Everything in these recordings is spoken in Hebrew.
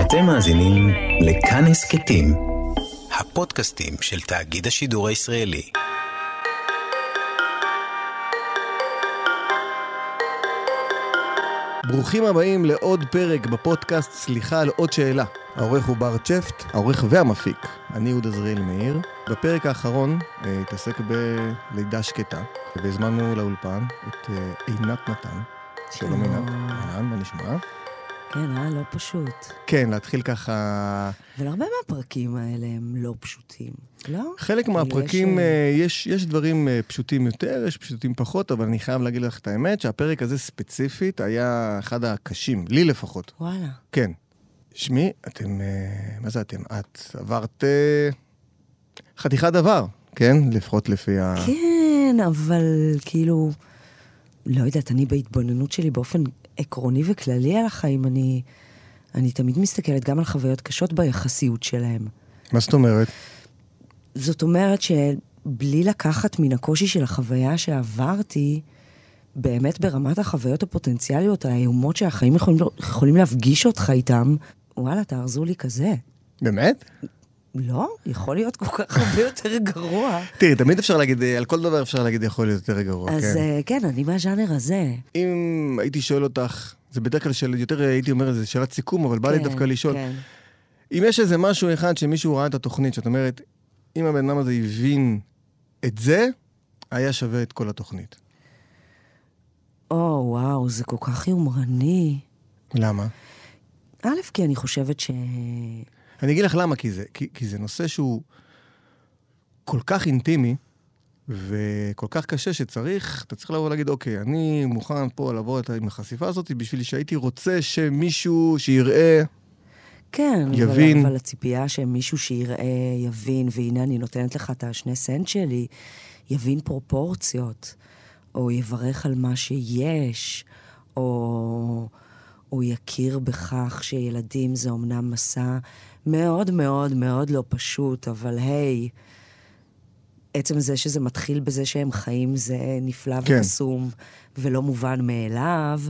אתם מאזינים לכאן הסכתים, הפודקאסטים של תאגיד השידור הישראלי. ברוכים הבאים לעוד פרק בפודקאסט סליחה על עוד שאלה. העורך הוא בר צ'פט, העורך והמפיק. אני יהודה זריאל מאיר. בפרק האחרון התעסק בלידה שקטה, והזמנו לאולפן את עינת נתן. שלום עינת, מה נשמע? כן, לא פשוט. כן, להתחיל ככה... אבל הרבה מהפרקים האלה הם לא פשוטים, לא? חלק מהפרקים, יש דברים פשוטים יותר, יש פשוטים פחות, אבל אני חייב להגיד לך את האמת, שהפרק הזה ספציפית היה אחד הקשים, לי לפחות. וואלה. כן. שמי, אתם, מה זה אתם? את עברת חתיכת דבר, כן? לפחות לפי ה... כן, אבל כאילו, לא יודעת, אני בהתבוננות שלי באופן עקרוני וכללי על החיים, אני תמיד מסתכלת גם על חוויות קשות ביחסיות שלהם. מה זאת אומרת? זאת אומרת שבלי לקחת מן הקושי של החוויה שעברתי, באמת ברמת החוויות הפוטנציאליות, האיומות שהחיים יכולים להפגיש אותך איתם, וואלה, תארזו לי כזה. באמת? לא, יכול להיות כל כך הרבה יותר גרוע. תראי, תמיד אפשר להגיד, על כל דבר אפשר להגיד יכול להיות יותר גרוע. אז כן, אני מהז'אנר הזה. אם הייתי שואל אותך, זה בדרך כלל יותר הייתי אומר, זה שאלת סיכום, אבל בא לי דווקא לשאול. אם יש איזה משהו אחד שמישהו ראה את התוכנית, שאת אומרת, אם הבן אדם הזה הבין את זה, היה שווה את כל התוכנית. וואו, זה כל כך יומרני. למה? א', כי אני חושבת אני אגיד לך למה, כי זה נושא שהוא כל כך אינטימי, וכל כך קשה שצריך, אתה צריך לבוא ולהגיד, אוקיי, אני מוכן פה לעבור עם החשיפה הזאת, בשביל שהייתי רוצה שמישהו שיראה, כן, יבין. אבל הציפייה שמישהו שיראה, יבין, והנה אני נותנת לך את השני סנט שלי, יבין פרופורציות, או יברך על מה שיש, או יכיר בכך שילדים זה אומנם מסע מאוד מאוד מאוד לא פשוט, אבל היי, עצם זה שזה מתחיל בזה שהם חיים זה נפלא וקסום ולא מובן מאליו.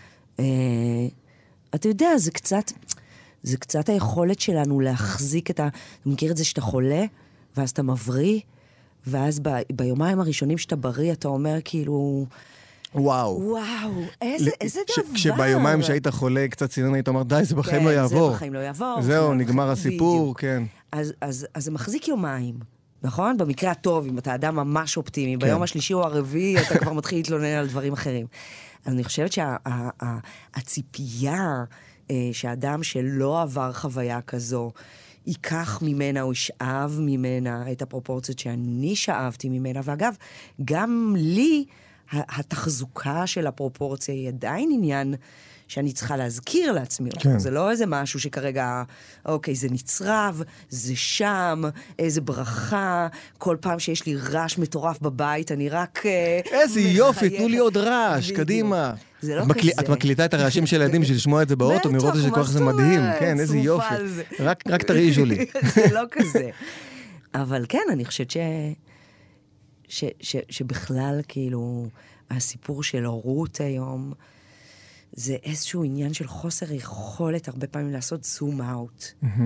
אתה יודע, זה קצת היכולת שלנו להחזיק אתה מכיר את זה שאתה חולה, ואז אתה מבריא, ואז ביומיים הראשונים שאתה בריא, אתה אומר כאילו... וואו, איזה דבר. כשביומיים שהיית חולה, קצת סינון, היית אומר, די, זה בחיים לא יעבור. זה בחיים לא יעבור. זהו, נגמר הסיפור, כן. אז זה מחזיק יומיים, נכון? במקרה הטוב, אם אתה אדם ממש אופטימי, ביום השלישי או הרביעי, אתה כבר מתחיל להתלונן על דברים אחרים. אז אני חושבת שהציפייה שהאדם שלא עבר חוויה כזו, ייקח ממנה או ישאב ממנה את הפרופורציות שאני שאבתי ממנה, ואגב, גם לי, התחזוקה של הפרופורציה היא עדיין עניין שאני צריכה להזכיר לעצמי. כן. זה לא איזה משהו שכרגע, אוקיי, זה נצרב, זה שם, איזה ברכה, כל פעם שיש לי רעש מטורף בבית, אני רק... איזה יופי, תנו לי עוד רעש, קדימה. זה לא כזה. את מקליטה את הרעשים של ילדים בשביל לשמוע את זה באוטו, מראות שכוח זה מדהים. כן, איזה יופי. רק תרעישו לי. זה לא כזה. אבל כן, אני חושבת שבכלל, כאילו, הסיפור של הורות היום, זה איזשהו עניין של חוסר יכולת הרבה פעמים לעשות זום אאוט.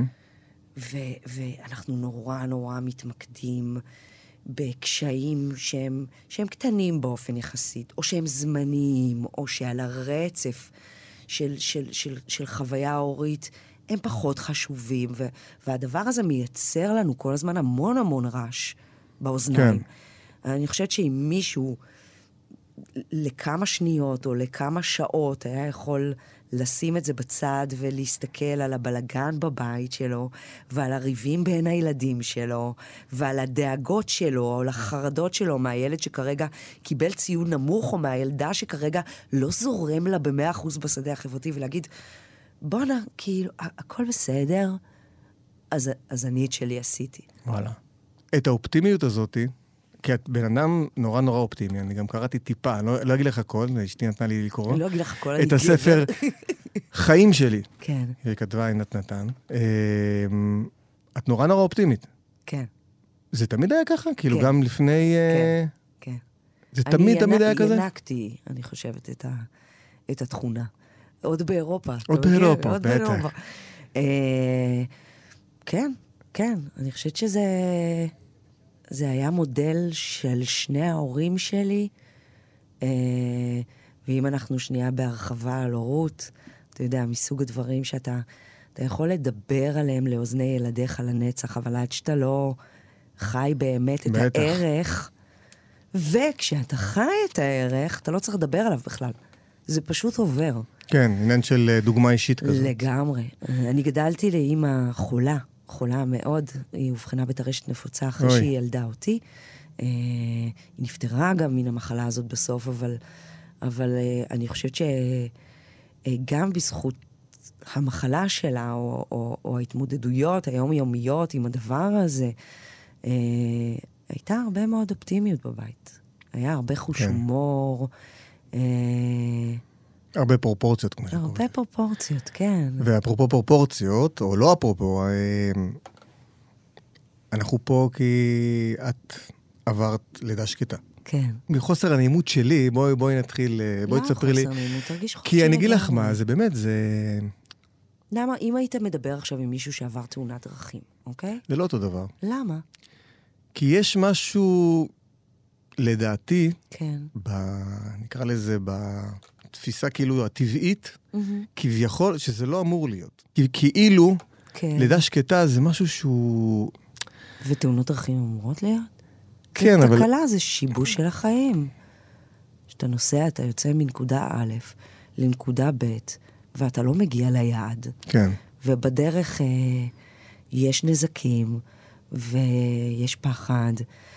ואנחנו נורא נורא מתמקדים בקשיים שהם קטנים באופן יחסית, או שהם זמניים, או שעל הרצף של חוויה הורית, הם פחות חשובים, והדבר הזה מייצר לנו כל הזמן המון המון רעש באוזניים. כן. אני חושבת שאם מישהו לכמה שניות או לכמה שעות היה יכול לשים את זה בצד ולהסתכל על הבלגן בבית שלו ועל הריבים בין הילדים שלו ועל הדאגות שלו או לחרדות שלו מהילד שכרגע קיבל ציון נמוך או מהילדה שכרגע לא זורם לה ב100% בשדה החברתי ולהגיד, בוא'נה, כאילו, הכל בסדר, אז אני את שלי עשיתי. וואלה. את האופטימיות הזאת, כי את בן אדם נורא נורא אופטימי, אני גם קראתי טיפה, אני לא אגיד לך הכל, אשתי נתנה לי לקרוא. לא אגיד לך הכל, את הספר חיים שלי. כן. היא כתבה עינת נתן. את נורא נורא אופטימית. כן. זה תמיד היה ככה? כאילו גם לפני... כן. זה תמיד היה כזה? אני ינקתי, אני חושבת, את התכונה. עוד באירופה. עוד באירופה, בטח. כן, כן. אני חושבת זה היה מודל של שני ההורים שלי, ואם אנחנו שנייה בהרחבה על הורות, אתה יודע, מסוג הדברים שאתה יכול לדבר עליהם לאוזני ילדיך לנצח, אבל עד שאתה לא חי באמת את בטח. הערך, וכשאתה חי את הערך, אתה לא צריך לדבר עליו בכלל. זה פשוט עובר. כן, עניין של דוגמה אישית כזאת. לגמרי. אני גדלתי לאמא חולה מאוד, היא הובחנה בטרשת נפוצה אחרי שהיא ילדה אותי. היא נפטרה גם מן המחלה הזאת בסוף, אבל אני חושבת שגם בזכות המחלה שלה, או ההתמודדויות היומיומיות עם הדבר הזה, הייתה הרבה מאוד אופטימיות בבית. היה הרבה חוש הומור. הרבה פרופורציות, כמו שקוראים. הרבה פרופורציות, כן. ואפרופו פרופורציות, או לא אפרופו, אנחנו פה כי את עברת לידה שקטה. כן. מחוסר הנעימות שלי, בואי נתחיל, בואי תספרי לי. לא, חוסר נעימות, תרגיש חופשי. כי אני אגיד לך מה, זה באמת, זה... למה, אם היית מדבר עכשיו עם מישהו שעבר תאונת דרכים, אוקיי? זה לא אותו דבר. למה? כי יש משהו, לדעתי, כן. נקרא לזה, בתפיסה כאילו הטבעית, כביכול, שזה לא אמור להיות. כאילו, לידה שקטה זה משהו שהוא... ותאונות דרכים אמורות להיות? כן, אבל... תקלה זה שיבוש של החיים. כשאתה נוסע, אתה יוצא מנקודה א' לנקודה ב', ואתה לא מגיע ליעד. כן. ובדרך יש נזקים, ויש פחד,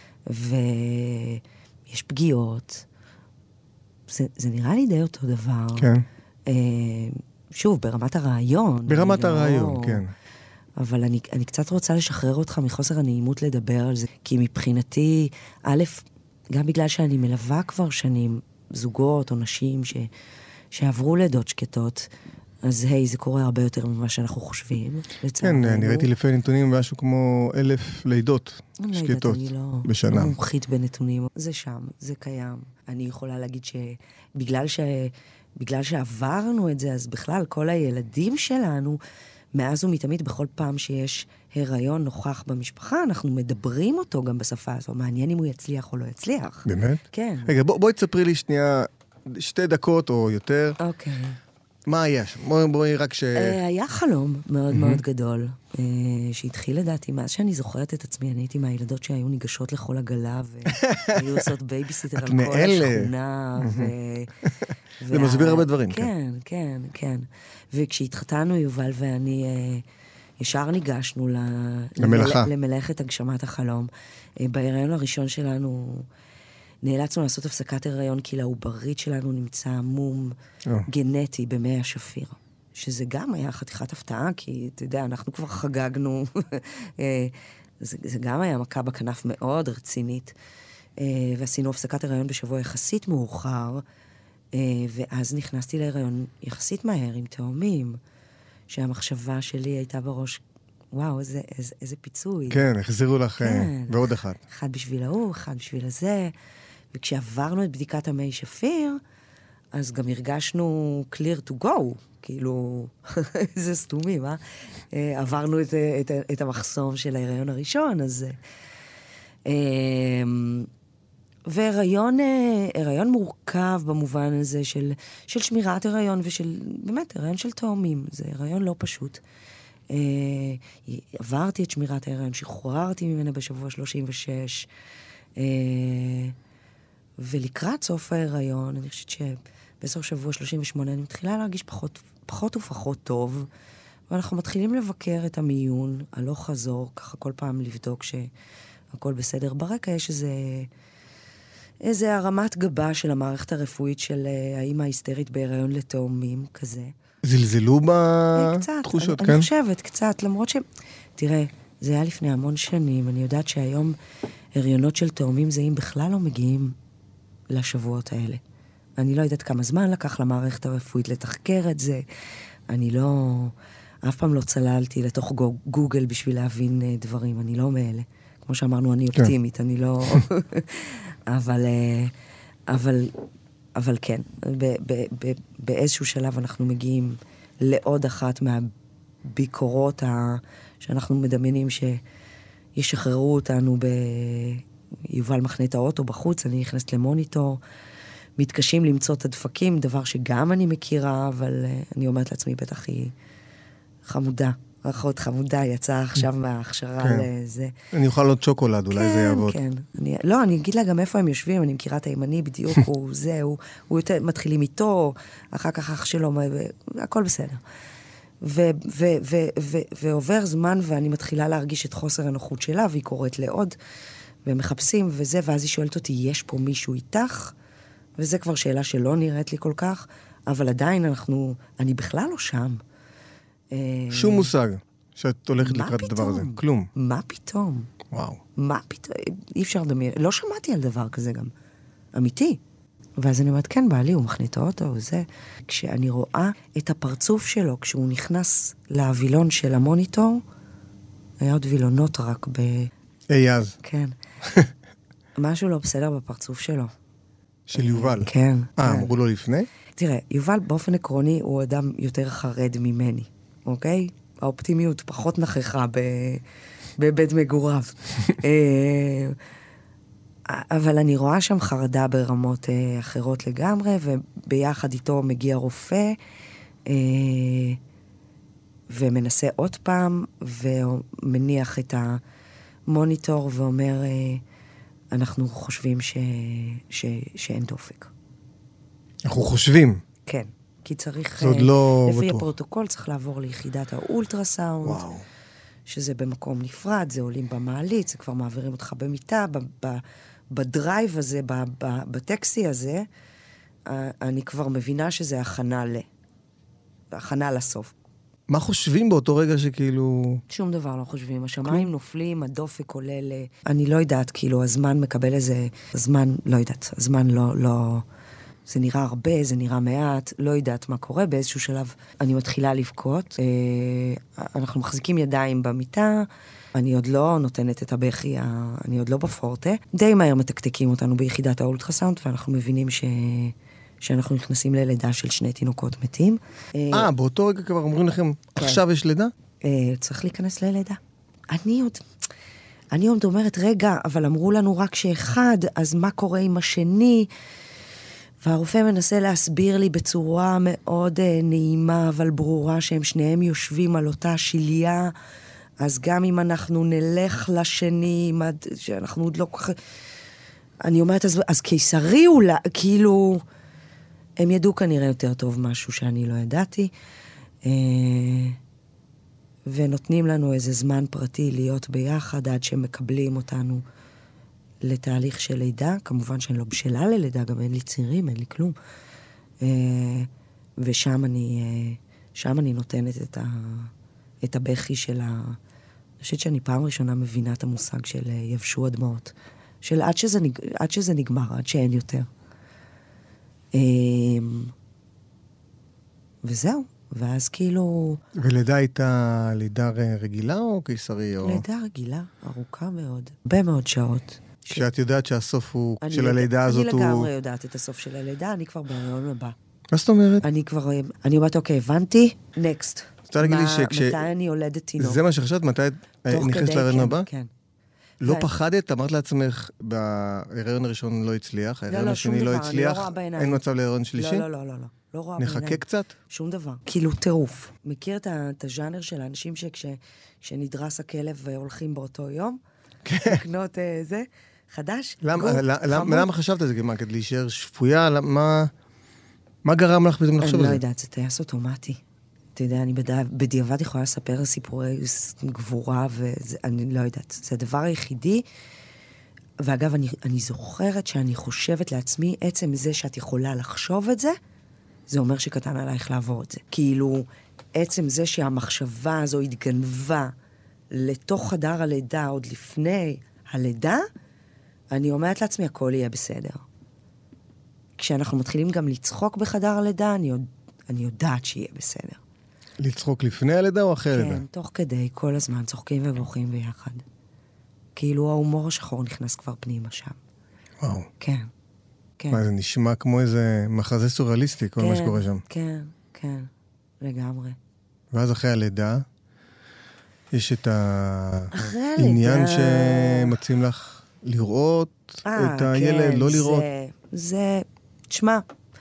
ויש פגיעות. זה נראה לי די אותו דבר. כן. שוב, ברמת הרעיון. ברמת הרעיון, כן. אבל אני קצת רוצה לשחרר אותך מחוסר הנעימות לדבר על זה, כי מבחינתי, א', גם בגלל שאני מלווה כבר שנים זוגות או נשים שעברו לידות שקטות, אז זה קורה הרבה יותר ממה שאנחנו חושבים. כן, אני ראיתי לפי נתונים משהו כמו 1,000 לידות שקטות בשנה. אני לא מומחית בנתונים. זה שם, זה קיים. אני יכולה להגיד שבגלל שעברנו את זה, אז בכלל כל הילדים שלנו, מאז ומתמיד, בכל פעם שיש הריון נוכח במשפחה, אנחנו מדברים אותו גם בשפה הזו. מעניין אם הוא יצליח או לא יצליח. באמת? כן. רגע, בואי תספרי לי שנייה, 2 דקות או יותר. אוקיי. מה היה שם? בואי רק היה חלום מאוד מאוד גדול, שהתחיל לדעתי, מאז שאני זוכרת את עצמי, אני הייתי מהילדות שהיו ניגשות לכל עגלה, והיו עושות בייביסיטר על כל השכונה, זה מסביר הרבה דברים. כן, כן, כן. וכשהתחתנו, יובל ואני ישר ניגשנו למלאכת הגשמת החלום. בהיריון הראשון שלנו נאלצנו לעשות הפסקת הריון, כי לעוברית שלנו נמצא מום גנטי במי השפיר. שזה גם היה חתיכת הפתעה, כי אתה יודע, אנחנו כבר חגגנו, זה גם היה מכה בכנף מאוד רצינית, ועשינו הפסקת הריון בשבוע יחסית מאוחר, ואז נכנסתי להיריון יחסית מהר עם תאומים, שהמחשבה שלי הייתה בראש, וואו, איזה פיצוי. כן, החזירו לך ועוד אחד. אחד בשביל ההוא, אחד בשביל הזה. וכשעברנו את בדיקת המי שפיר, אז גם הרגשנו clear to go. כאילו, איזה סתומים, אה? עברנו את המחסום של ההיריון הראשון, אז... והיריון מורכב במובן הזה של שמירת הריון ושל, באמת, הריון של תאומים. זה הריון לא פשוט. עברתי את שמירת ההיריון, שחררתי ממנה בשבוע 36, ולקראת סוף ההיריון, אני חושבת שבסוף שבוע 38, אני מתחילה להרגיש פחות ופחות טוב, ואנחנו מתחילים לבקר את המיון, הלוך חזור, ככה כל פעם לבדוק שהכל בסדר. ברקע יש איזה הרמת גבה של המערכת הרפואית של האמא ההיסטרית בהיריון לתאומים, כזה. זלזלו בתחושות, כן? אני חושבת, קצת, למרות תראה, זה היה לפני המון שנים, אני יודעת שהיום הריונות של תאומים זהים בכלל לא מגיעים לשבועות האלה. אני לא יודעת כמה זמן לקח למערכת הרפואית לתחקר את זה, אני אף פעם לא צללתי לתוך גוגל בשביל להבין דברים, אני לא מאלה. כמו שאמרנו, אני אופטימית, אני לא... אבל כן, באיזשהו שלב אנחנו מגיעים לעוד אחת הביקורות שאנחנו מדמיינים שישחררו אותנו יובל מחנה את האוטו בחוץ, אני נכנסת למוניטור, מתקשים למצוא את הדפקים, דבר שגם אני מכירה, אבל אני אומרת לעצמי, בטח היא חמודה, אחות חמודה, יצאה עכשיו מההכשרה לזה. אני אוכל עוד שוקולד, אולי זה יעבוד. כן, לא, אני אגיד לה גם איפה הם יושבים, אני מכירה את הימני בדיוק, הוא יותר מתחילים איתו, אחר כך אח שלו, הכל בסדר. ועובר זמן, ואני מתחילה להרגיש את חוסר הנוחות שלה, והיא קוראת לעוד, והם מחפשים וזה, ואז היא שואלת אותי, יש פה מישהו איתך? וזה כבר שאלה שלא נראית לי כל כך, אבל עדיין אני בכלל לא שם. שום מושג שאת הולכת לקראת הדבר הזה. כלום. מה פתאום? וואו. מה פתאום? אי אפשר לדמיין. לא שמעתי על דבר כזה גם. אמיתי. ואז אני אומרת, כן, בעלי, הוא מכניס את האוטו וזה. כשאני רואה את הפרצוף שלו, כשהוא נכנס להבילון של המוניטור, היה עוד וילונות רק אז. כן. משהו לא בסדר בפרצוף שלו. של יובל? כן. אמרו לו לפני? תראה, יובל באופן עקרוני הוא אדם יותר חרד ממני, אוקיי? האופטימיות פחות נכחה בבית מגוריו. אבל אני רואה שם חרדה ברמות אחרות לגמרי, וביחד איתו מגיע רופא, ומנסה עוד פעם, ומניח את המוניטור ואומר, אנחנו חושבים שאין דופק. אנחנו חושבים. כן, כי צריך, זה עוד לא לפי בטוח. הפרוטוקול צריך לעבור ליחידת האולטרסאונד, וואו. שזה במקום נפרד, זה עולים במעלית, זה כבר מעבירים אותך במיטה, בדרייב הזה, בטקסי הזה, אני כבר מבינה שזה הכנה לסוף. מה חושבים באותו רגע שכאילו... שום דבר לא חושבים. השמיים נופלים, הדופק עולה אני לא יודעת, כאילו, הזמן מקבל איזה... הזמן, לא יודעת. הזמן לא... זה נראה הרבה, זה נראה מעט, לא יודעת מה קורה. באיזשהו שלב אני מתחילה לבכות. אנחנו מחזיקים ידיים במיטה, אני עוד לא נותנת את הבכי, אני עוד לא בפורטה. די מהר מתקתקים אותנו ביחידת האולטרסאונד, ואנחנו מבינים שאנחנו נכנסים ללידה של 2 תינוקות מתים. באותו רגע כבר אומרים לכם, עכשיו יש לידה? צריך להיכנס ללידה. אני עוד אומרת, רגע, אבל אמרו לנו רק שאחד, אז מה קורה עם השני? והרופא מנסה להסביר לי בצורה מאוד נעימה, אבל ברורה, שהם שניהם יושבים על אותה שליה, אז גם אם אנחנו נלך לשני, שאנחנו עוד לא כך... אני אומרת, אז קיסרי אולי, כאילו... הם ידעו כנראה יותר טוב משהו שאני לא ידעתי, ונותנים לנו איזה זמן פרטי להיות ביחד, עד שהם מקבלים אותנו לתהליך של לידה. כמובן שאני לא בשלה ללידה, גם אין לי צירים, אין לי כלום. ושם אני נותנת את הבכי של אני חושבת שאני פעם ראשונה מבינה את המושג של יבשו הדמעות. של עד שזה נגמר, עד שאין יותר. וזהו, ואז כאילו... ולידה הייתה לידה רגילה או קיסרי? לידה רגילה, ארוכה מאוד, הרבה מאוד שעות. כשאת יודעת שהסוף הוא של הלידה הזאת הוא... אני לגמרי יודעת את הסוף של הלידה, אני כבר בהיריון הבא. מה זאת אומרת? אני אומרת, אוקיי, הבנתי, נקסט. רוצה להגיד לי מתי אני יולדת תינוק? זה מה שחשבת, מתי נכנסת להיריון הבא? כן. לא פחדת? אמרת לעצמך, בהיריון הראשון לא הצליח, ההיריון השני לא הצליח, אין מצב להיריון שלישי? לא, לא רואה בעיניים. נחכה קצת? שום דבר. כאילו טירוף. מכיר את הז'אנר של האנשים שכשנדרס הכלב והולכים באותו יום? לקנות זה? חדש? למה חשבת על זה? מה, כדי להישאר שפויה? מה גרם לך פתאום לחשוב על זה? אני לא יודעת, זה טייס אוטומטי. אתה יודע, אני בדיעבד יכולה לספר סיפורי גבורה, ואני לא יודעת. זה הדבר היחידי. ואגב, אני זוכרת שאני חושבת לעצמי, עצם זה שאת יכולה לחשוב את זה, זה אומר שקטן עלייך לעבור את זה. כאילו, עצם זה שהמחשבה הזו התגנבה לתוך חדר הלידה, עוד לפני הלידה, אני אומרת לעצמי, הכל יהיה בסדר. כשאנחנו מתחילים גם לצחוק בחדר הלידה, אני יודעת שיהיה בסדר. לצחוק לפני הלידה או אחרי הלידה? כן, תוך כדי, כל הזמן, צוחקים ובוכים ביחד. כאילו ההומור השחור נכנס כבר פנימה שם. וואו. כן, כן. מה, זה נשמע כמו איזה מחזה סוריאליסטי, כל מה שקורה שם. כן, כן, לגמרי. ואז אחרי הלידה, יש את העניין שמציעים לך לראות את הילד, לא לראות. זה, תשמע,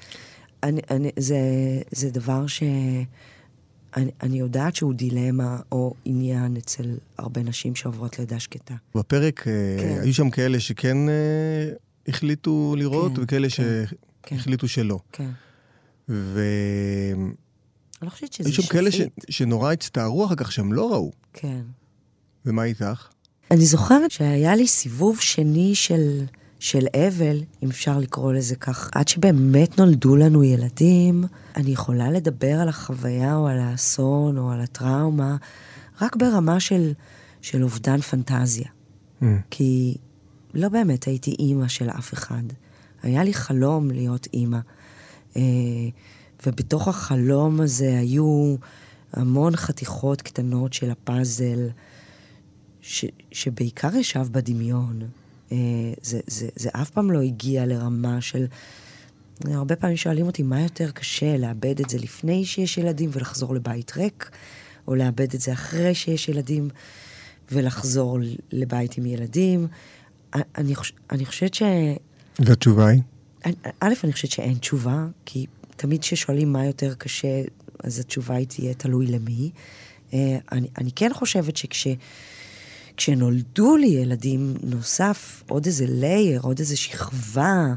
זה דבר שאני יודעת שהוא דילמה או עניין אצל הרבה נשים שעוברות לידה שקטה. בפרק היו שם כאלה שכן החליטו לראות, וכאלה שהחליטו שלא. כן. אני לא חושבת שזה שפית. היו שם כאלה שנורא הצטערו אחר כך שהם לא ראו. כן. ומה איתך? אני זוכרת שהיה לי סיבוב שני של אבל, אם אפשר לקרוא לזה כך. עד שבאמת נולדו לנו ילדים, אני יכולה לדבר על החוויה או על האסון או על הטראומה, רק ברמה של אובדן פנטזיה. כי לא באמת הייתי אימא של אף אחד. היה לי חלום להיות אימא. ובתוך החלום הזה היו המון חתיכות קטנות של הפאזל, שבעיקר ישב בדמיון. זה אף פעם לא הגיע לרמה של... הרבה פעמים שואלים אותי, מה יותר קשה, לאבד את זה לפני שיש ילדים ולחזור לבית ריק, או לאבד את זה אחרי שיש ילדים ולחזור לבית עם ילדים? אני חושבת והתשובה היא? א', אני חושבת שאין תשובה, כי תמיד כששואלים מה יותר קשה, אז התשובה היא תהיה תלוי למי. אני כן חושבת כשנולדו לי ילדים נוסף, עוד איזה לייר, עוד איזה שכבה,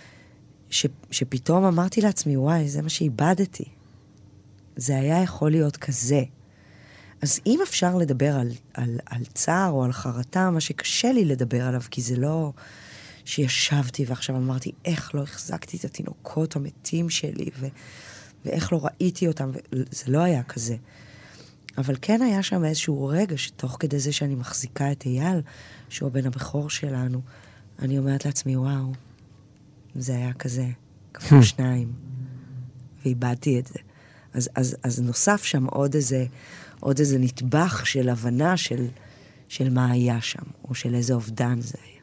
שפתאום אמרתי לעצמי, וואי, זה מה שאיבדתי. זה היה יכול להיות כזה. אז אם אפשר לדבר על צער או על חרטה, מה שקשה לי לדבר עליו, כי זה לא שישבתי ועכשיו אמרתי, איך לא החזקתי את התינוקות המתים שלי, ואיך לא ראיתי אותם, זה לא היה כזה. אבל כן היה שם איזשהו רגע שתוך כדי זה שאני מחזיקה את אייל, שהוא בן הבכור שלנו, אני אומרת לעצמי, וואו, זה היה כזה, כפול 2, ואיבדתי את זה. אז נוסף שם עוד איזה נטבח של הבנה של מה היה שם, או של איזה אובדן זה היה.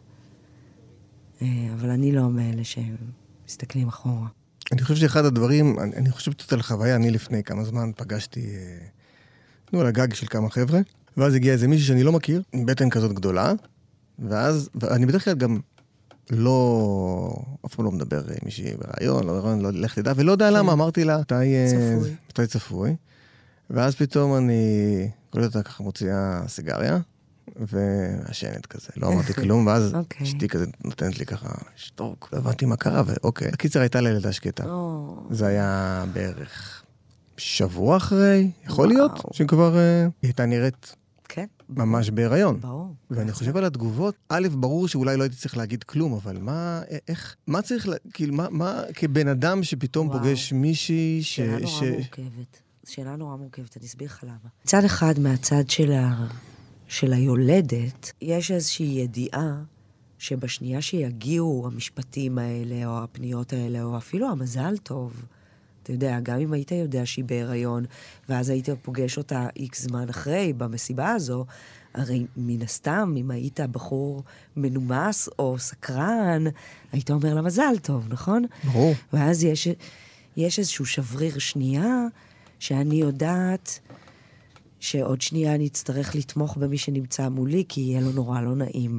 אבל אני לא מאלה שמסתכלים אחורה. אני חושב שאחד הדברים, אני חושב קצת על חוויה, אני לפני כמה זמן פגשתי על הגג של כמה חבר'ה, ואז הגיע איזה מישהו שאני לא מכיר, עם בטן כזאת גדולה, ואז, ואני בדרך כלל גם אף פעם לא מדבר עם מישהי ברעיון, לא לך תדע, ולא יודע למה, אמרתי לה, מתי צפוי, ואז פתאום אני קולט אותה ככה מוציאה סיגריה, והשענת כזה, לא אמרתי כלום, ואז אשתי כזה נותנת לי ככה שטוק, והבנתי מה קרה, ואוקיי. הקיצר הייתה לילדה שקטה. זה היה בערך שבוע אחרי, יכול להיות, שכבר היא הייתה נראית ממש בהיריון. ואני חושב על התגובות, א', ברור שאולי לא הייתי צריך להגיד כלום, אבל מה צריך, כאילו, מה כבן אדם שפתאום פוגש מישהי שאלה נורא מורכבת, אני אסביר לך למה. מצד אחד, מהצד של היולדת, יש איזושהי ידיעה שבשנייה שיגיעו המשפטים האלה, או הפניות האלה, או אפילו המזל טוב, אתה יודע, גם אם היית יודע שהיא בהיריון, ואז היית פוגש אותה איקס זמן אחרי, במסיבה הזו, הרי מן הסתם, אם היית בחור מנומס או סקרן, היית אומר לה מזל טוב, נכון? ברור. ואז יש איזשהו שבריר שנייה, שאני יודעת שעוד שנייה אני אצטרך לתמוך במי שנמצא מולי, כי יהיה לו נורא לא נעים.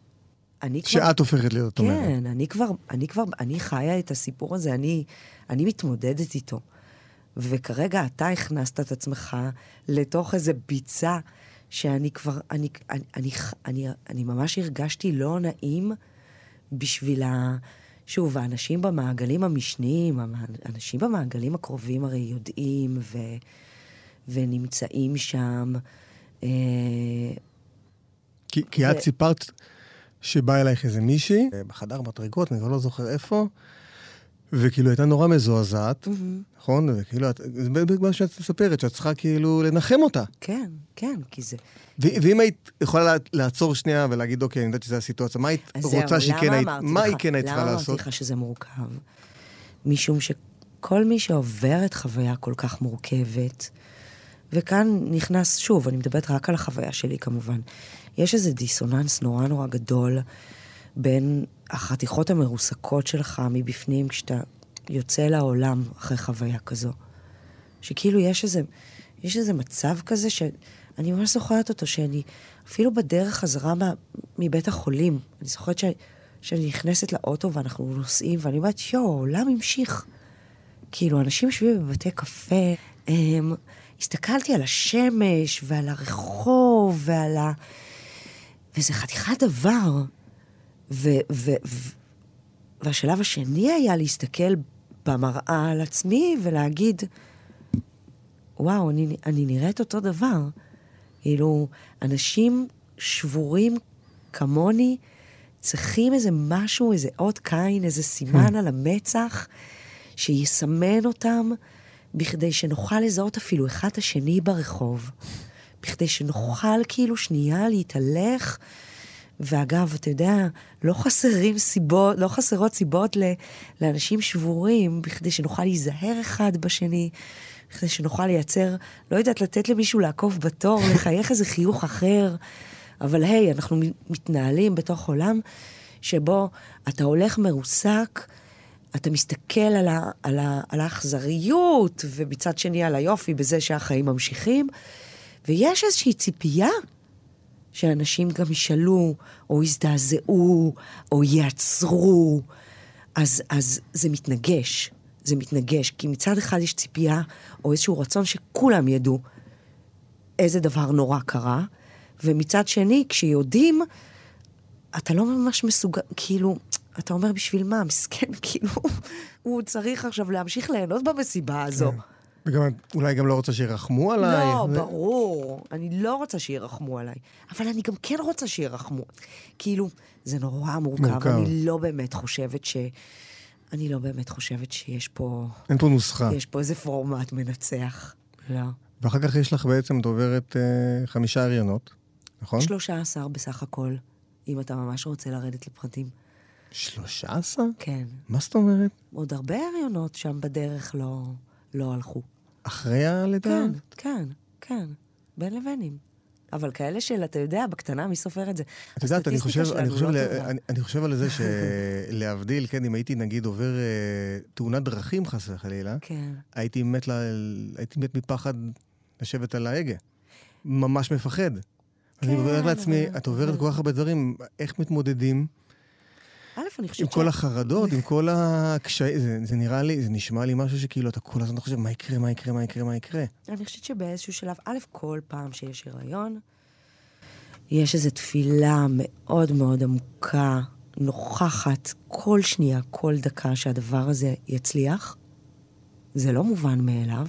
שאת הופכת להיות אומרת. כן, אני חיה את הסיפור הזה, אני מתמודדת איתו. וכרגע אתה הכנסת את עצמך לתוך איזה ביצה, שאני כבר, אני ממש הרגשתי לא נעים בשביל שוב, האנשים במעגלים המשניים, האנשים במעגלים הקרובים הרי יודעים ונמצאים שם. כי את סיפרת שבא אלייך איזה מישהי, בחדר מדרגות, אני כבר לא זוכר איפה, וכאילו הייתה נורא מזועזעת, נכון? וכאילו, זה מה שאת מספרת, שאת צריכה כאילו לנחם אותה. כן, כי זה... ואם היית יכולה לעצור שנייה ולהגיד, אוקיי, אני יודעת שזו הסיטואציה, מה היית רוצה שכן היית, מה היא כן היית צריכה לעשות? למה אמרתי לך שזה מורכב? משום שכל מי שעוברת חוויה כל כך מורכבת, וכאן נכנס, שוב, אני מדברת רק על החוויה שלי כמובן, יש איזה דיסוננס נורא נורא גדול בין החתיכות המרוסקות שלך מבפנים כשאתה יוצא לעולם אחרי חוויה כזו. שכאילו יש יש איזה מצב כזה שאני ממש זוכרת אותו, שאני אפילו בדרך חזרה מבית החולים, אני זוכרת שאני נכנסת לאוטו ואנחנו נוסעים, ואני אומרת, העולם המשיך. כאילו, אנשים יושבים בבתי קפה, הסתכלתי על השמש ועל הרחוב וזה חתיכת דבר. והשלב השני היה להסתכל במראה על עצמי ולהגיד, וואו, אני נראית אותו דבר. כאילו, אנשים שבורים כמוני צריכים איזה משהו, איזה אות קין, איזה סימן על המצח, שיסמן אותם, בכדי שנוכל לזהות אפילו אחד השני ברחוב. בכדי שנוכל כאילו שנייה להתהלך, ואגב, אתה יודע, לא חסרות סיבות לאנשים שבורים, בכדי שנוכל להיזהר אחד בשני, בכדי שנוכל לייצר, לא יודעת, לתת למישהו לעקוף בתור, לחייך איזה חיוך אחר, אבל היי, אנחנו מתנהלים בתוך עולם, שבו אתה הולך מרוסק, אתה מסתכל על האכזריות, ובצד שני על היופי, בזה שהחיים ממשיכים, ויש איזושהי ציפייה, שאנשים גם ישאלו, או יזדעזעו, או יעצרו, אז זה מתנגש. זה מתנגש, כי מצד אחד יש ציפייה, או איזשהו רצון שכולם ידעו איזה דבר נורא קרה, ומצד שני, כשיודעים, אתה לא ממש מסוגל, כאילו, אתה אומר בשביל מה, מסכן, כאילו, הוא צריך עכשיו להמשיך ליהנות במסיבה הזו. וגם אולי גם לא רוצה שירחמו עליי. לא, ברור. אני לא רוצה שירחמו עליי. אבל אני גם כן רוצה שירחמו. כאילו, זה נורא מורכב. אני לא באמת חושבת שיש פה... אין פה נוסחה. יש פה איזה פורמט מנצח. לא. ואחר כך יש לך בעצם, את עוברת 5 הריונות, נכון? 13 בסך הכל, אם אתה ממש רוצה לרדת לפרטים. 13? כן. מה זאת אומרת? עוד הרבה הריונות שם בדרך לא הלכו. אחרי הלידה? כן. בין לבנים. אבל כאלה אתה יודע, בקטנה, מי סופר את זה? את יודעת, אני חושב על זה שלהבדיל, כן, אם הייתי נגיד עובר תאונת דרכים חסר חלילה, הייתי מת מפחד לשבת על ההגה. ממש מפחד. אני עובר לעצמי, את עוברת כל כך הרבה דברים, איך מתמודדים? עם כל החרדות, עם כל הקשיים, זה נראה לי, זה נשמע לי משהו שכאילו אתה כל הזמן חושב, מה יקרה? אני חושבת שבאיזשהו שלב, כל פעם שיש הריון, יש איזו תפילה מאוד מאוד עמוקה, נוכחת, כל שנייה, כל דקה שהדבר הזה יצליח. זה לא מובן מאליו,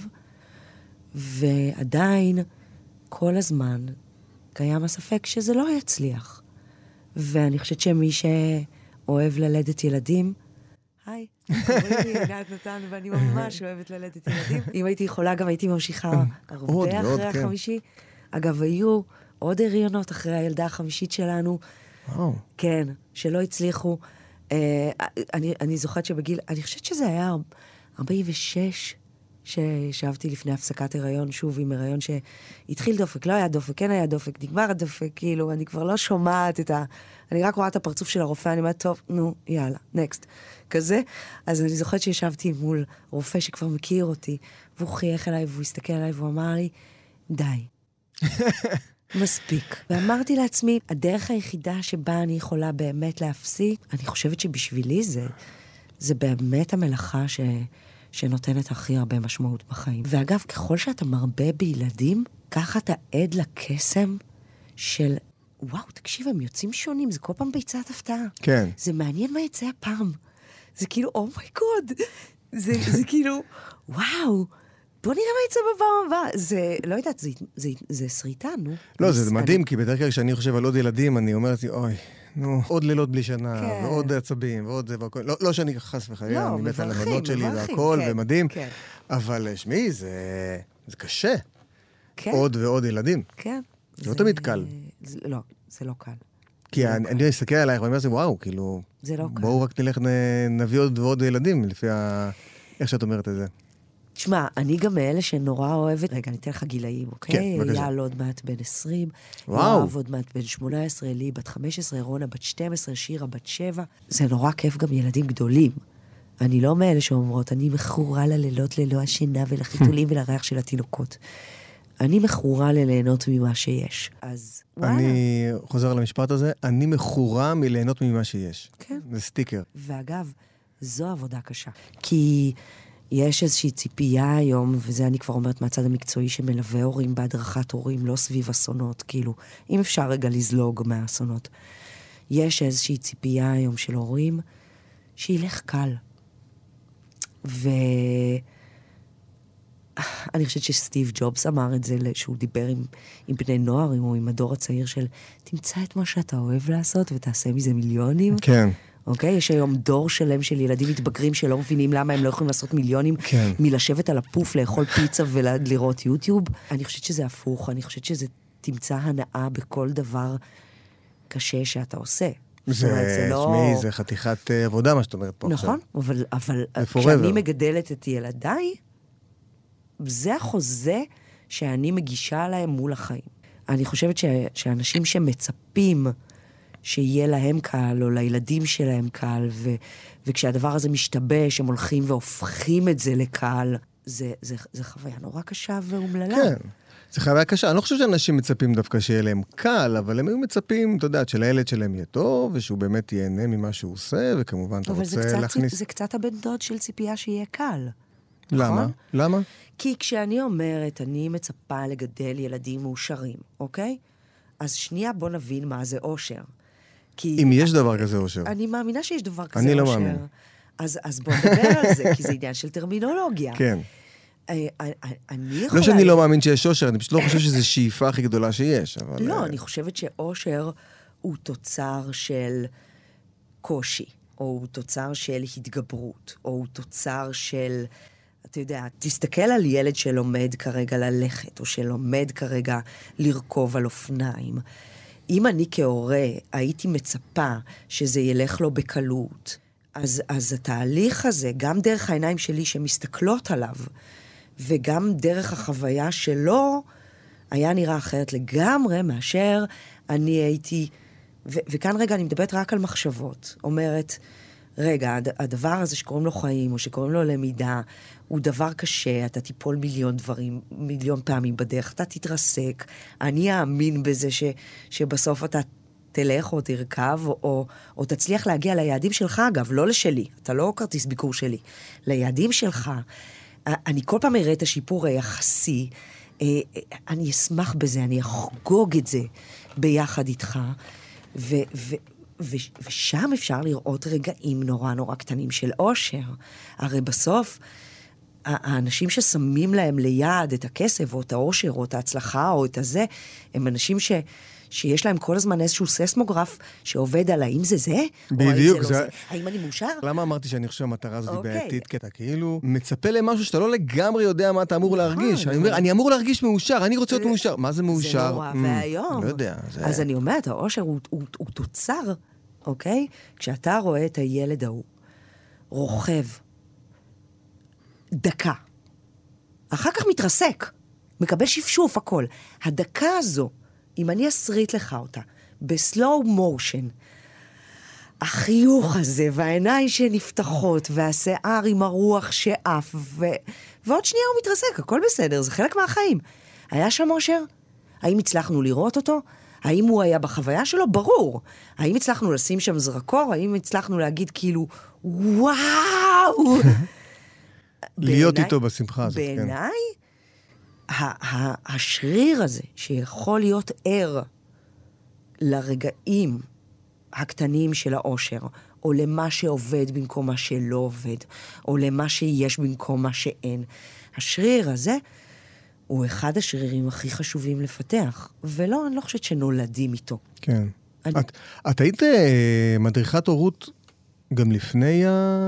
ועדיין כל הזמן קיים הספק שזה לא יצליח. ואני חושבת שמי אוהב ללדת ילדים. היי, קוראים לי עינת נתן, ואני ממש אוהבת ללדת ילדים. אם הייתי יכולה, גם הייתי ממשיכה הרבה אחרי החמישי. אגב, היו עוד הריונות אחרי הילדה החמישית שלנו. כן, שלא הצליחו. אני זוכרת שבגיל, אני חושבת שזה היה 46, שישבתי לפני הפסקת הריון, שוב עם הריון שהתחיל דופק, לא היה דופק, כן היה דופק, נגמר הדופק, כאילו, אני כבר לא שומעת אני רק רואה את הפרצוף של הרופא, אני אומרת, טוב, נו, יאללה, נקסט. כזה. אז אני זוכרת שישבתי מול רופא שכבר מכיר אותי, והוא חייך אליי, והוא הסתכל עליי, והוא אמר לי, די. מספיק. ואמרתי לעצמי, הדרך היחידה שבה אני יכולה באמת להפסיק, אני חושבת שבשבילי זה באמת המלאכה שנותנת הכי הרבה משמעות בחיים. ואגב, ככל שאתה מרבה בילדים, ככה אתה עד לקסם של, וואו, תקשיב, הם יוצאים שונים, זה כל פעם ביצת הפתעה. כן. זה מעניין מה יצא הפעם. זה כאילו, אומייגוד, זה כאילו, וואו, בוא נראה מה יצא בפעם הבאה. זה, לא יודעת, זה שריטה, נו. לא, זה מדהים, כי בדרך כלל כשאני חושב על עוד ילדים, אני אומר לעצמי, אוי, נו, עוד לילות בלי שנה, ועוד עצבים, ועוד זה והכל. לא שאני חס וחלילה, אני מת על הבנות שלי והכל, ומדהים. אבל שמי, זה קשה. עוד ועוד ילדים. כן. זה לא תמיד קל. לא, זה לא קל. כי אני אסתכל עלייך ואני אומר לעצמי, וואו, כאילו, בואו רק נלך, נביא עוד ועוד ילדים, לפי איך שאת אומרת את זה. תשמע, אני גם מאלה שנורא אוהבת, רגע, אני אתן לך גילאים, אוקיי? כן, בבקשה. יעל עוד מעט בן 20, יואב עוד מעט בן 18, לי בת 15, רונה בת 12, שירה בת 7. זה נורא כיף גם ילדים גדולים. אני לא מאלה שאומרות, אני מכורה ללילות ללא השינה ולחיתולים ולריח של התינוקות. אני מכורה לליהנות ממה שיש. אז וואלה. אני חוזר למשפט הזה, אני מכורה מליהנות ממה שיש. כן. זה סטיקר. ואגב, זו עבודה קשה. כי יש איזושהי ציפייה היום, וזה אני כבר אומרת מהצד המקצועי, שמלווה הורים בהדרכת הורים, לא סביב אסונות, כאילו, אם אפשר רגע לזלוג מהאסונות. יש איזושהי ציפייה היום של הורים, שילך קל. אני חושבת שסטיב ג'ובס אמר את זה, שהוא דיבר עם בני נוער, או עם הדור הצעיר של, תמצא את מה שאתה אוהב לעשות, ותעשה מזה מיליונים. כן. אוקיי? יש היום דור שלם של ילדים מתבגרים שלא מבינים למה הם לא יכולים לעשות מיליונים, כן. מלשבת על הפוף, לאכול פיצה ולראות יוטיוב. אני חושבת שזה הפוך, אני חושבת שזה תמצא הנאה בכל דבר קשה שאתה עושה. זה חתיכת עבודה, מה שאת אומרת פה. נכון, אבל כשאני מגדלת את ילדיי, זה החוזה שאני מגישה להם מול החיים. אני חושבת שאנשים שמצפים שיהיה להם קל, או לילדים שלהם קל, וכשהדבר הזה משתבש, הם הולכים והופכים את זה לקל, זה חוויה נורא קשה ואומללה. כן, זה חוויה קשה. אני לא חושב שאנשים מצפים דווקא שיהיה להם קל, אבל הם היו מצפים, אתה יודעת, שלילד שלהם יהיה טוב, ושהוא באמת ייהנה ממה שהוא עושה, וכמובן אתה רוצה להכניס... אבל זה קצת הבן דוד של ציפייה שיהיה קל. למה? נכון? למה? כי כשאני אומרת, אני מצפה לגדל ילדים מאושרים, אוקיי? אז שנייה בוא נבין מה זה אושר. אם יש דבר כזה אושר. אני מאמינה שיש דבר כזה אושר. אני לא מאמין. אז בוא נדבר על זה, כי זה עניין של טרמינולוגיה. כן. אני יכולה... לא שאני לא מאמין שיש אושר, אני פשוט לא חושב שזו שאיפה הכי גדולה שיש. לא, אני חושבת שאושר הוא תוצר של קושי, או הוא תוצר של התגברות, או הוא תוצר של... אתה יודע, תסתכל על ילד שלומד כרגע ללכת, או שלומד כרגע לרכוב על אופניים. אם אני כהורה הייתי מצפה שזה ילך לו בקלות, אז התהליך הזה, גם דרך העיניים שלי שמסתכלות עליו, וגם דרך החוויה שלו, היה נראה אחרת לגמרי מאשר אני הייתי... וכאן רגע אני מדברת רק על מחשבות. אומרת, רגע, הדבר הזה שקוראים לו חיים, או שקוראים לו למידה, הוא דבר קשה, אתה תיפול מיליון פעמים בדרך, אתה תתרסק, אני אאמין בזה שבסוף אתה תלך או תרכב, או תצליח להגיע ליעדים שלך, אגב, לא לשלי, אתה לא כרטיס ביקור שלי, ליעדים שלך, אני כל פעם אראה את השיפור היחסי, אני אשמח בזה, אני אחגוג את זה ביחד איתך, ושם אפשר לראות רגעים נורא נורא קטנים של אושר. הרי בסוף, האנשים ששמים להם ליד את הכסף, או את האושר, או את ההצלחה, או את הזה, הם אנשים שיש להם כל הזמן איזשהו ססמוגרף שעובד על האם זה זה, בדיוק, או האם זה לא זה. האם אני מאושר? למה אמרתי שאני חושב שהמטרה הזאת היא בעייתית? כי אתה כאילו מצפה למשהו שאתה לא לגמרי יודע מה אתה אמור להרגיש. אני אומר, אני אמור להרגיש מאושר, אני רוצה להיות מאושר. מה זה מאושר? זה נורא והיום. לא יודע. אז אני אומרת, האושר הוא תוצר, אוקיי? כשאתה רואה את הילד ההוא, רוכב, דקה, אחר כך מתרסק, מקבל שפשוף הכל. הדקה הזו, אם אני אסריט לך אותה, בסלואו מושן, החיוך הזה, והעיניים שנפתחות, והשיער עם הרוח שאף, ועוד שנייה הוא מתרסק, הכל בסדר, זה חלק מהחיים. היה שם אושר? האם הצלחנו לראות אותו? האם הוא היה בחוויה שלו? ברור. האם הצלחנו לשים שם זרקור? האם הצלחנו להגיד כאילו, וואו! להיות איתו בשמחה הזאת, כן. בעיניי, השריר הזה, שיכול להיות ער לרגעים הקטנים של האושר, או למה שעובד במקום מה שלא עובד, או למה שיש במקום מה שאין. השריר הזה הוא אחד השרירים הכי חשובים לפתח, ולא, אני לא חושבת שנולדים איתו. כן. את היית מדריכת הורות גם לפני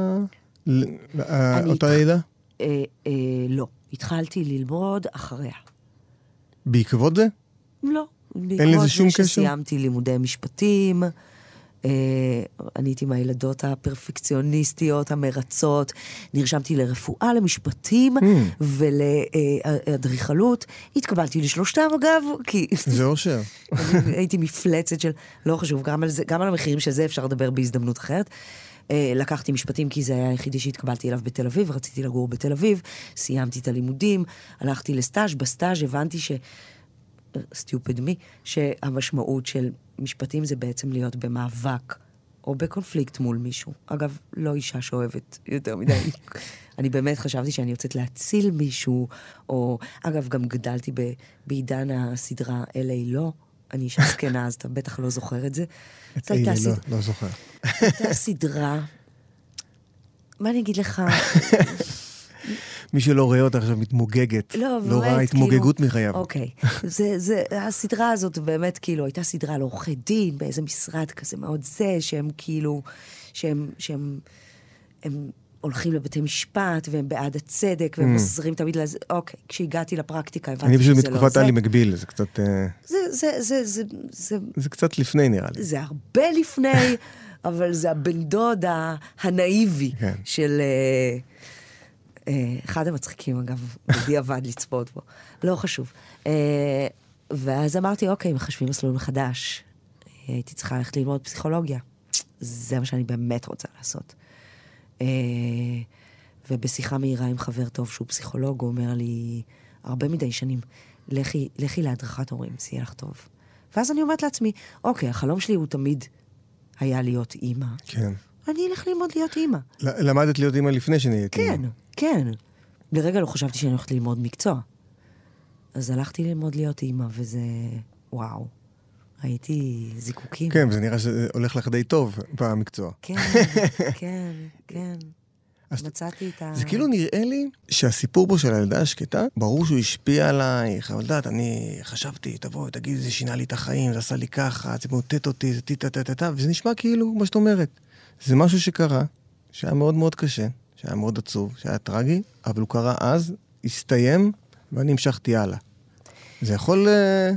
אותה לידה? לא. התחלתי ללמוד אחריה. בעקבות זה? לא. אין לזה שום קשר? שסיימתי לימודי משפטים, אני הייתי מהילדות הפרפקציוניסטיות, המרצות, נרשמתי לרפואה, למשפטים ולאדריכלות, התקבלתי לשלושתם אגב, כי... זה אושר. הייתי מפלצת של, לא חשוב, גם על המחירים של זה אפשר לדבר בהזדמנות אחרת, לקחתי משפטים כי זה היה היחידי שהתקבלתי אליו בתל אביב, רציתי לגור בתל אביב, סיימתי את הלימודים, הלכתי לסטאז', בסטאז' הבנתי סטיופד מי, שהמשמעות של משפטים זה בעצם להיות במאבק או בקונפליקט מול מישהו. אגב, לא אישה שאוהבת יותר מדי. אני באמת חשבתי שאני יוצאת להציל מישהו, או, אגב, גם גדלתי בעידן הסדרה LA לא. אני אישה זקנה, אז אתה בטח לא זוכר את זה. את לא זוכר. הייתה סדרה, מה אני אגיד לך? מי שלא רואה אותה עכשיו מתמוגגת. לא ראה התמוגגות מחייו. אוקיי. הסדרה הזאת באמת כאילו, הייתה סדרה לעורכי דין, באיזה משרד כזה מאוד שהם כאילו, שהם הולכים לבתי משפט, והם בעד הצדק, והם עוזרים תמיד לזה. אוקיי, כשהגעתי לפרקטיקה, הבנתי שזה לא זה. אני פשוט מתקופת עלי מקביל, זה קצת... זה קצת לפני נראה לי. זה הרבה לפני, אבל זה הבן דוד הנאיבי של... אחד המצחיקים, אגב, בדיעבד לצפות בו. לא חשוב. ואז אמרתי, אוקיי, מחשבים מסלול מחדש. הייתי צריכה ללכת ללמוד פסיכולוגיה. זה מה שאני באמת רוצה לעשות. ובשיחה מהירה עם חבר טוב שהוא פסיכולוג, הוא אומר לי, הרבה מדי שנים, לכי להדרכת הורים, זה יהיה לך טוב. ואז אני אומרת לעצמי, אוקיי, החלום שלי הוא תמיד היה להיות אימא. כן. אני אלך ללמוד להיות אימא. למדת להיות אימא לפני שנהייתי אימא. כן. לרגע לא חשבתי שאני הולכת ללמוד מקצוע. אז הלכתי ללמוד להיות אימא, וזה... וואו. הייתי זיקוקים. כן, וזה נראה שזה הולך לך די טוב במקצוע. כן. מצאתי את ה... זה כאילו נראה לי שהסיפור פה של הילדה השקטה, ברור שהוא השפיע עלייך, אבל דעת, אני חשבתי, תבוא, תגיד, זה שינה לי את החיים, זה עשה לי ככה, זה מוטט אותי, זה טה, וזה נשמע כאילו, מה שאת אומרת. זה משהו שקרה, שהיה מאוד מאוד קשה, שהיה מאוד עצוב, שהיה טרגי, אבל הוא קרה אז, הסתיים, ואני המשכתי הלאה. זה יכול...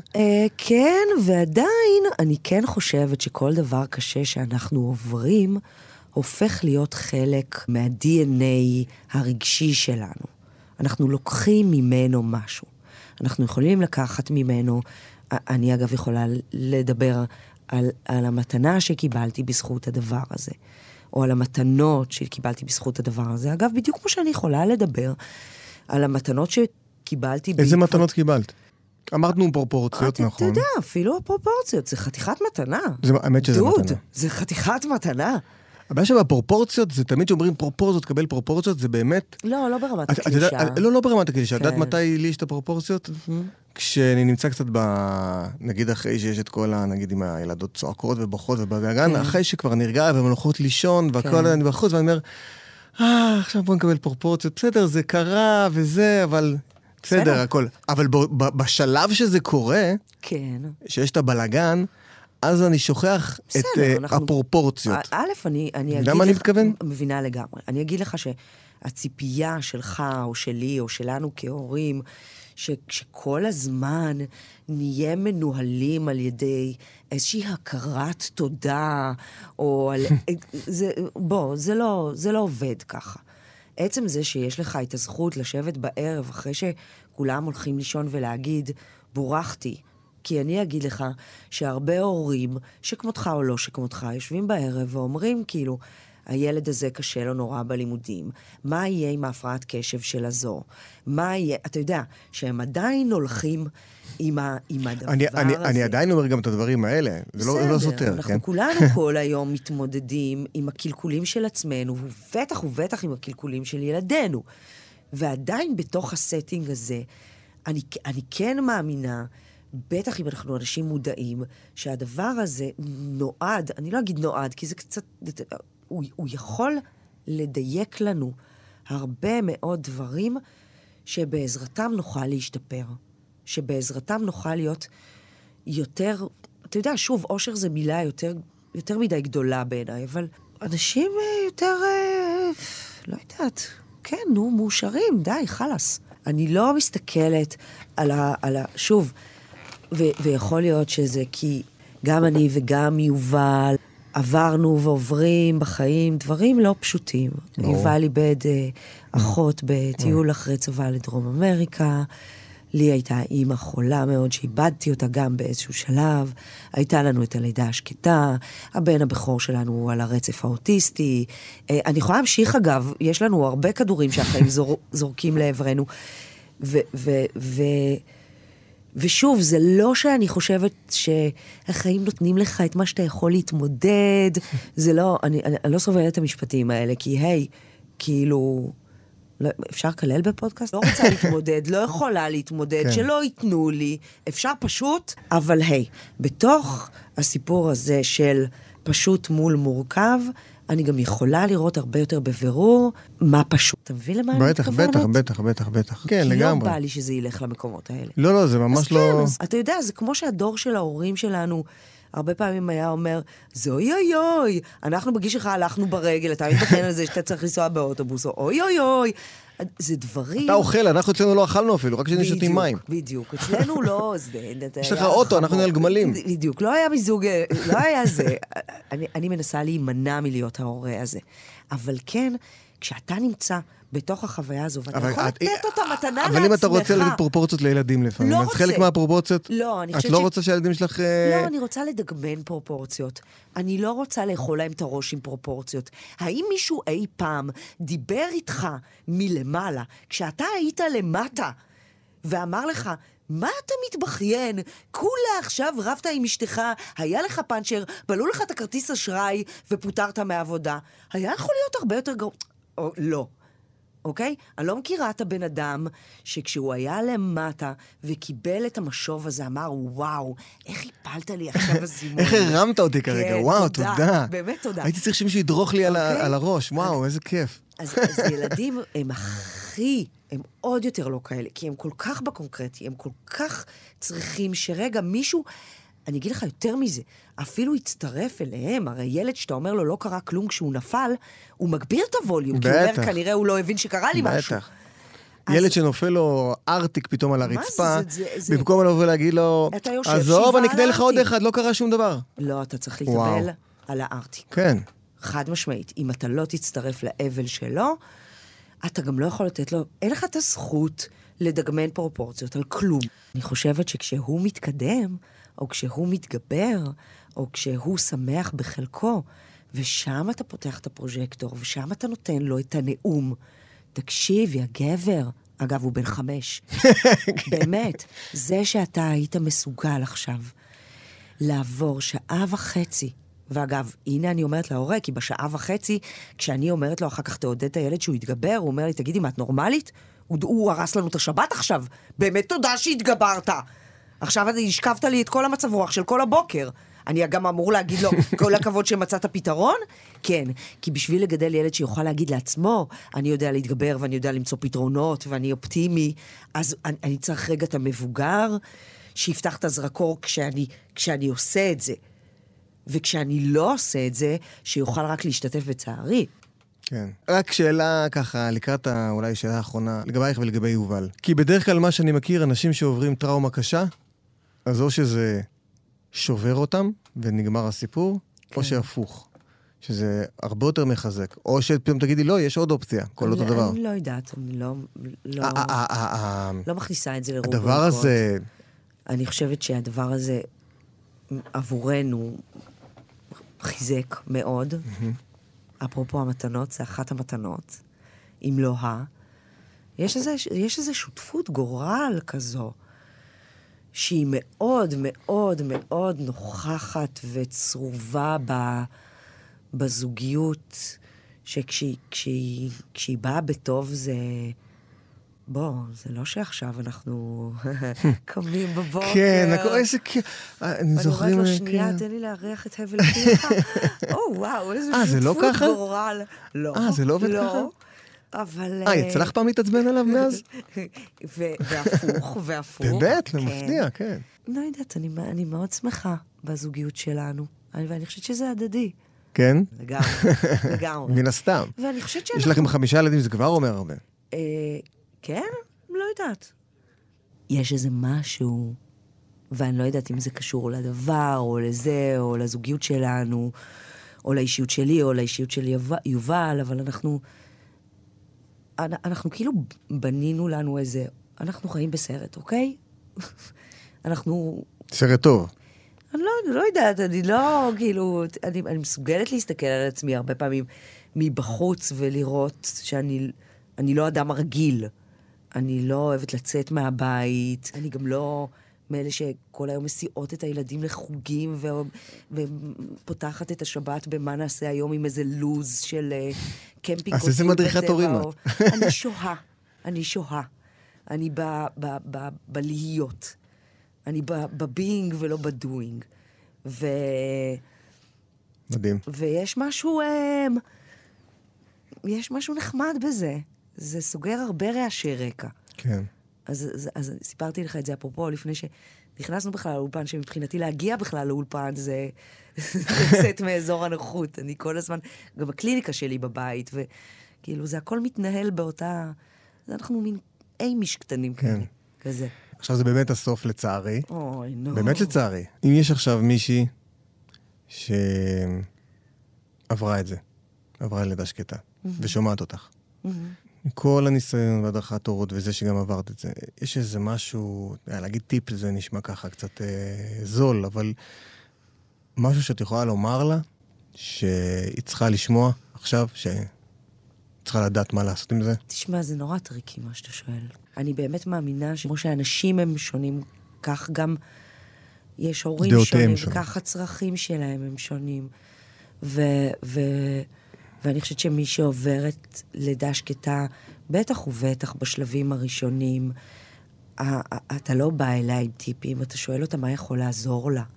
כן, ועדיין אני כן חושבת שכל דבר קשה שאנחנו עוברים, הופך להיות חלק מה-DNA הרגשי שלנו. אנחנו לוקחים ממנו משהו. אנחנו יכולים לקחת ממנו, אני אגב יכולה לדבר על המתנה שקיבלתי בזכות הדבר הזה, או על המתנות שקיבלתי בזכות הדבר הזה. אגב, בדיוק כמו שאני יכולה לדבר על המתנות שקיבלתי... איזה מתנות קיבלת? אמרנו פרופורציות, נכון. אתה יודע, אפילו הפרופורציות, זה חתיכת מתנה. האמת שזה מתנה. דוד, זה חתיכת מתנה. הבעיה שבפרופורציות, זה תמיד שאומרים פרופורציות, קבל פרופורציות, זה באמת... לא ברמת הקלישה. לא ברמת הקלישה. את יודעת מתי לי יש את הפרופורציות? כשאני נמצא קצת נגיד אחרי שיש את כל נגיד עם הילדות צועקות ובוכות ובגן, אחרי שכבר נרגע והן הולכות לישון, והכל אני בחוץ, ואני אומר, עכשיו בוא נקבל פרופורציות, בסדר, זה קרה וזה, אבל... בסדר, הכל. אבל בשלב שזה קורה, שיש את הבלגן, אז אני שוכח את הפרופורציות. א', אני אגיד למה אני מתכוון? מבינה לגמרי. אני אגיד לך שהציפייה שלך, או שלי, או שלנו כהורים, שכל הזמן נהיה מנוהלים על ידי איזושהי הכרת תודה, או על... בוא, זה לא עובד ככה. עצם זה שיש לך את הזכות לשבת בערב אחרי שכולם הולכים לישון ולהגיד, בורחתי. כי אני אגיד לך שהרבה הורים, שכמותך או לא שכמותך, יושבים בערב ואומרים כאילו, הילד הזה קשה לו נורא בלימודים, מה יהיה עם ההפרעת קשב של הזו? מה יהיה, אתה יודע, שהם עדיין הולכים עם הדבר הזה. אני עדיין אומר גם את הדברים האלה, זה לא סותר. אנחנו כולנו כל היום מתמודדים עם הקלקולים של עצמנו, ובטח עם הקלקולים של ילדינו. ועדיין בתוך הסטינג הזה, אני כן מאמינה, בטח אם אנחנו אנשים מודעים, שהדבר הזה נועד, אני לא אגיד נועד, כי זה קצת, הוא יכול לדייק לנו הרבה מאוד דברים שבעזרתם נוכל להשתפר, שבעזרתם נוכל להיות יותר, אתה יודע, שוב, אושר זה מילה יותר מדי גדולה בעיניי, אבל אנשים יותר, לא יודעת, כן, מאושרים, די, חלס. אני לא מסתכלת על שוב, ויכול להיות שזה כי גם אני וגם יובל עברנו ועוברים בחיים דברים לא פשוטים. יובל איבד אחות בטיול אחרי צבא לדרום אמריקה, לי הייתה אימא חולה מאוד, שאיבדתי אותה גם באיזשהו שלב. הייתה לנו את הלידה השקטה, הבן הבכור שלנו הוא על הרצף האוטיסטי. אני יכולה להמשיך אגב, יש לנו הרבה כדורים שהחיים זורקים לעברנו. ושוב, זה לא שאני חושבת שהחיים נותנים לך את מה שאתה יכול להתמודד. זה לא, אני לא סובלת את המשפטים האלה, כי היי, כאילו... אפשר לקלל בפודקאסט? לא רוצה להתמודד, לא יכולה להתמודד, כן. שלא ייתנו לי, אפשר פשוט, אבל היי, בתוך הסיפור הזה של פשוט מול מורכב, אני גם יכולה לראות הרבה יותר בבירור מה פשוט. אתה מבין למה אני מתכוונת? בטח. כן, לגמרי. כי לא בא לי שזה ילך למקומות האלה. לא, זה ממש לא... אז אתה יודע, זה כמו שהדור של ההורים שלנו, הרבה פעמים היה אומר, זה אוי אוי אוי, אנחנו בגיל שלך הלכנו ברגל, אתה מתבחן על זה שאתה צריך לנסוע באוטובוס, או אוי אוי אוי. זה דברים... אתה אוכל, אנחנו אצלנו לא אכלנו אפילו, רק כשאני שותים מים. בדיוק, אצלנו לא... יש לך אוטו, אנחנו על גמלים. בדיוק, לא היה מיזוג, לא היה זה. אני מנסה להימנע מלהיות ההורה הזה. אבל כן, כשאתה נמצא בתוך החוויה הזו, ואתה יכול לתת אותה מתנה לעצמך. אבל אם אתה רוצה לתת פרופורציות לילדים לפעמים, אז חלק מהפרופורציות... לא, אני חושבת את לא רוצה שהילדים שלך... לא, אני רוצה לדגמן פרופורציות. אני לא רוצה לאכול להם את הראש עם פרופורציות. האם מישהו אי פעם דיבר איתך מלמעלה, כשאתה היית למטה, ואמר לך, מה אתה מתבכיין? כולה עכשיו רבת עם אשתך, היה לך פאנצ'ר, בלו לך את הכרטיס אשראי, ופוטרת מהעבודה. היה יכול להיות הרבה יותר גרוע. או לא. אוקיי? אני לא מכירה את הבן אדם שכשהוא היה למטה וקיבל את המשוב הזה, אמר, וואו, איך הפלת לי עכשיו הזימון. איך הרמת אותי כרגע, וואו, תודה. באמת תודה. הייתי צריך שמישהו ידרוך לי על הראש, וואו, איזה כיף. אז ילדים הם עוד יותר לא כאלה, כי הם כל כך בקונקרטי, הם כל כך צריכים שרגע מישהו... אני אגיד לך יותר מזה, אפילו יצטרף אליהם, הרי ילד שאתה אומר לו לא קרה כלום כשהוא נפל, הוא מגביר את הווליום, כי הוא אומר כנראה הוא לא הבין שקרה לי משהו. ילד שנופל לו ארטיק פתאום על הרצפה, במקום לבוא ולהגיד לו, עזוב, אני אקנה לך עוד אחד, לא קרה שום דבר. לא, אתה צריך להתאבל על הארטיק. כן. חד משמעית, אם אתה לא תצטרף לאבל שלו, אתה גם לא יכול לתת לו, אין לך את הזכות לדגמן פרופורציות על כלום. אני חושבת שכשהוא מתקדם, או כשהוא מתגבר, או כשהוא שמח בחלקו, ושם אתה פותח את הפרוז'קטור, ושם אתה נותן לו את הנאום. תקשיב, יא גבר. אגב, הוא בן 5. באמת, זה שאתה היית מסוגל עכשיו לעבור 1.5 שעה, ואגב, הנה אני אומרת להורה, כי 1.5 שעה, כשאני אומרת לו אחר כך תעודד את הילד שהוא יתגבר, הוא אומר לי, תגידי, מה את נורמלית? הוא הרס לנו את השבת עכשיו. באמת תודה שהתגברת. עכשיו אתה השקפת לי את כל המצב רוח של כל הבוקר. אני גם אמור להגיד לו, כל הכבוד שמצאת פתרון? כן, כי בשביל לגדל ילד שיוכל להגיד לעצמו, אני יודע להתגבר ואני יודע למצוא פתרונות ואני אופטימי, אז אני צריך רגע את המבוגר שיפתח את הזרקור כשאני עושה את זה. וכשאני לא עושה את זה, שיוכל רק להשתתף בצערי. כן. רק שאלה ככה, לקראת אולי שאלה האחרונה, לגבייך ולגבי יובל. כי בדרך כלל מה שאני מכיר, אנשים שעוברים טראומה קשה, אז או שזה שובר אותם ונגמר הסיפור, או שהפוך. שזה הרבה יותר מחזק. או שפתאום תגידי, לא, יש עוד אופציה, כל אותו דבר. אני לא יודעת, אני לא מכניסה את זה לרוב. הדבר הזה... אני חושבת שהדבר הזה עבורנו חיזק מאוד. אפרופו המתנות, זה אחת המתנות. אם לא יש איזו שותפות גורל כזו, שהיא מאוד מאוד מאוד נוכחת וצרובה בזוגיות, שכשהיא באה בטוב זה... בוא, זה לא שעכשיו אנחנו קמים בבוקר. כן, איזה כיף. אני זוכרים... ואני אומרת לו, שנייה, תן לי להריח את הבל פיך. וואו, איזה שותפות גורל. לא, זה לא עובד ככה? אבל... יצא לך פעם להתעצבן עליו מאז? והפוך. באמת, מפתיע, כן. לא יודעת, אני מאוד שמחה בזוגיות שלנו, ואני חושבת שזה הדדי. כן? לגמרי. מן הסתם. ואני חושבת שאנחנו... יש לכם 5 ילדים, זה כבר אומר הרבה. כן? לא יודעת. יש איזה משהו, ואני לא יודעת אם זה קשור לדבר, או לזה, או לזוגיות שלנו, או לאישיות שלי, או לאישיות של יובל, אבל אנחנו כאילו בנינו לנו איזה אנחנו חיים בסרט, אוקיי? אנחנו... סרט טוב. אני לא יודעת, אני לא, כאילו, אני מסוגלת להסתכל על עצמי הרבה פעמים מבחוץ ולראות שאני לא אדם רגיל. אני לא אוהבת לצאת מהבית, אני גם לא מאלה שכל היום מסיעות את הילדים לחוגים ופותחת את השבת במה נעשה היום עם איזה לוז של קמפינג. אז איזה מדריכת הורים את? אני שוהה. אני בלהיות. אני בביינג ולא בדוינג. מדהים. ויש משהו נחמד בזה. זה סוגר הרבה רעשי רקע. כן. אז סיפרתי לך את זה אפרופו, לפני שנכנסנו בכלל לאולפן, שמבחינתי להגיע בכלל לאולפן זה לצאת מאזור הנוחות. אני כל הזמן, גם הקליניקה שלי בבית, וכאילו זה הכל מתנהל באותה... אנחנו מין אימיש קטנים כאלה, כזה. עכשיו זה באמת הסוף לצערי. אוי, נו. באמת לצערי. אם יש עכשיו מישהי שעברה את זה, עברה לידה שקטה, ושומעת אותך. כל הניסיון והדרכת הורות וזה שגם עברת את זה, יש איזה משהו, להגיד טיפ זה נשמע ככה קצת זול, אבל משהו שאת יכולה לומר לה, שהיא צריכה לשמוע עכשיו, שהיא צריכה לדעת מה לעשות עם זה? תשמע, זה נורא טריקי מה שאתה שואל. אני באמת מאמינה שכמו שאנשים הם שונים, כך גם יש הורים שונים, וכך הצרכים שלהם הם שונים. ואני חושבת שמי שעוברת לידה שקטה, בטח ובטח בשלבים הראשונים, אתה לא בא אליה עם טיפים, אתה שואל אותה מה יכול לעזור לה.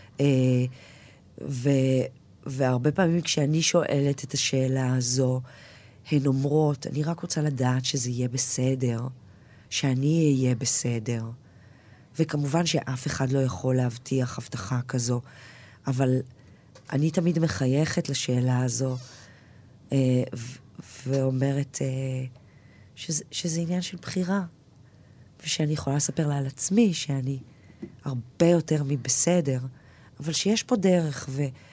והרבה פעמים כשאני שואלת את השאלה הזו, הן אומרות, אני רק רוצה לדעת שזה יהיה בסדר, שאני אהיה בסדר. וכמובן שאף אחד לא יכול להבטיח הבטחה כזו, אבל אני תמיד מחייכת לשאלה הזו, ואומרת שזה עניין של בחירה, ושאני יכולה לספר לה על עצמי, שאני הרבה יותר מבסדר, אבל שיש פה דרך,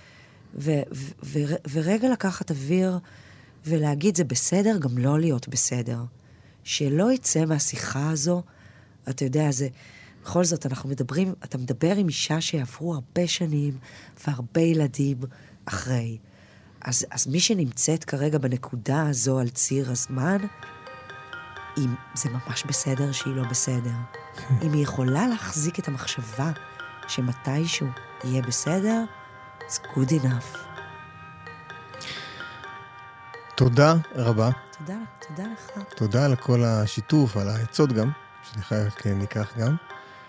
ורגע לקחת אוויר, ולהגיד זה בסדר, גם לא להיות בסדר. שלא יצא מהשיחה הזו, אתה יודע, זה, בכל זאת אנחנו מדברים, אתה מדבר עם אישה שעברו הרבה שנים, והרבה ילדים אחרי. אז מי שנמצאת כרגע בנקודה הזו על ציר הזמן, אם זה ממש בסדר שהיא לא בסדר. אם היא יכולה להחזיק את המחשבה שמתישהו יהיה בסדר, it's good enough. תודה רבה. תודה לך. תודה על כל השיתוף, על העצות גם, שחלק ניקח גם.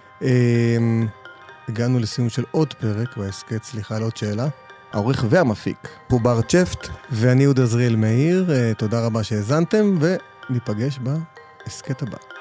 הגענו לסיום של עוד פרק בהסקט סליחה על עוד שאלה. העורך והמפיק הוא בר צ'פט, ואני יהודה עזריאל מאיר. תודה רבה שהאזנתם, וניפגש בהסקט הבא.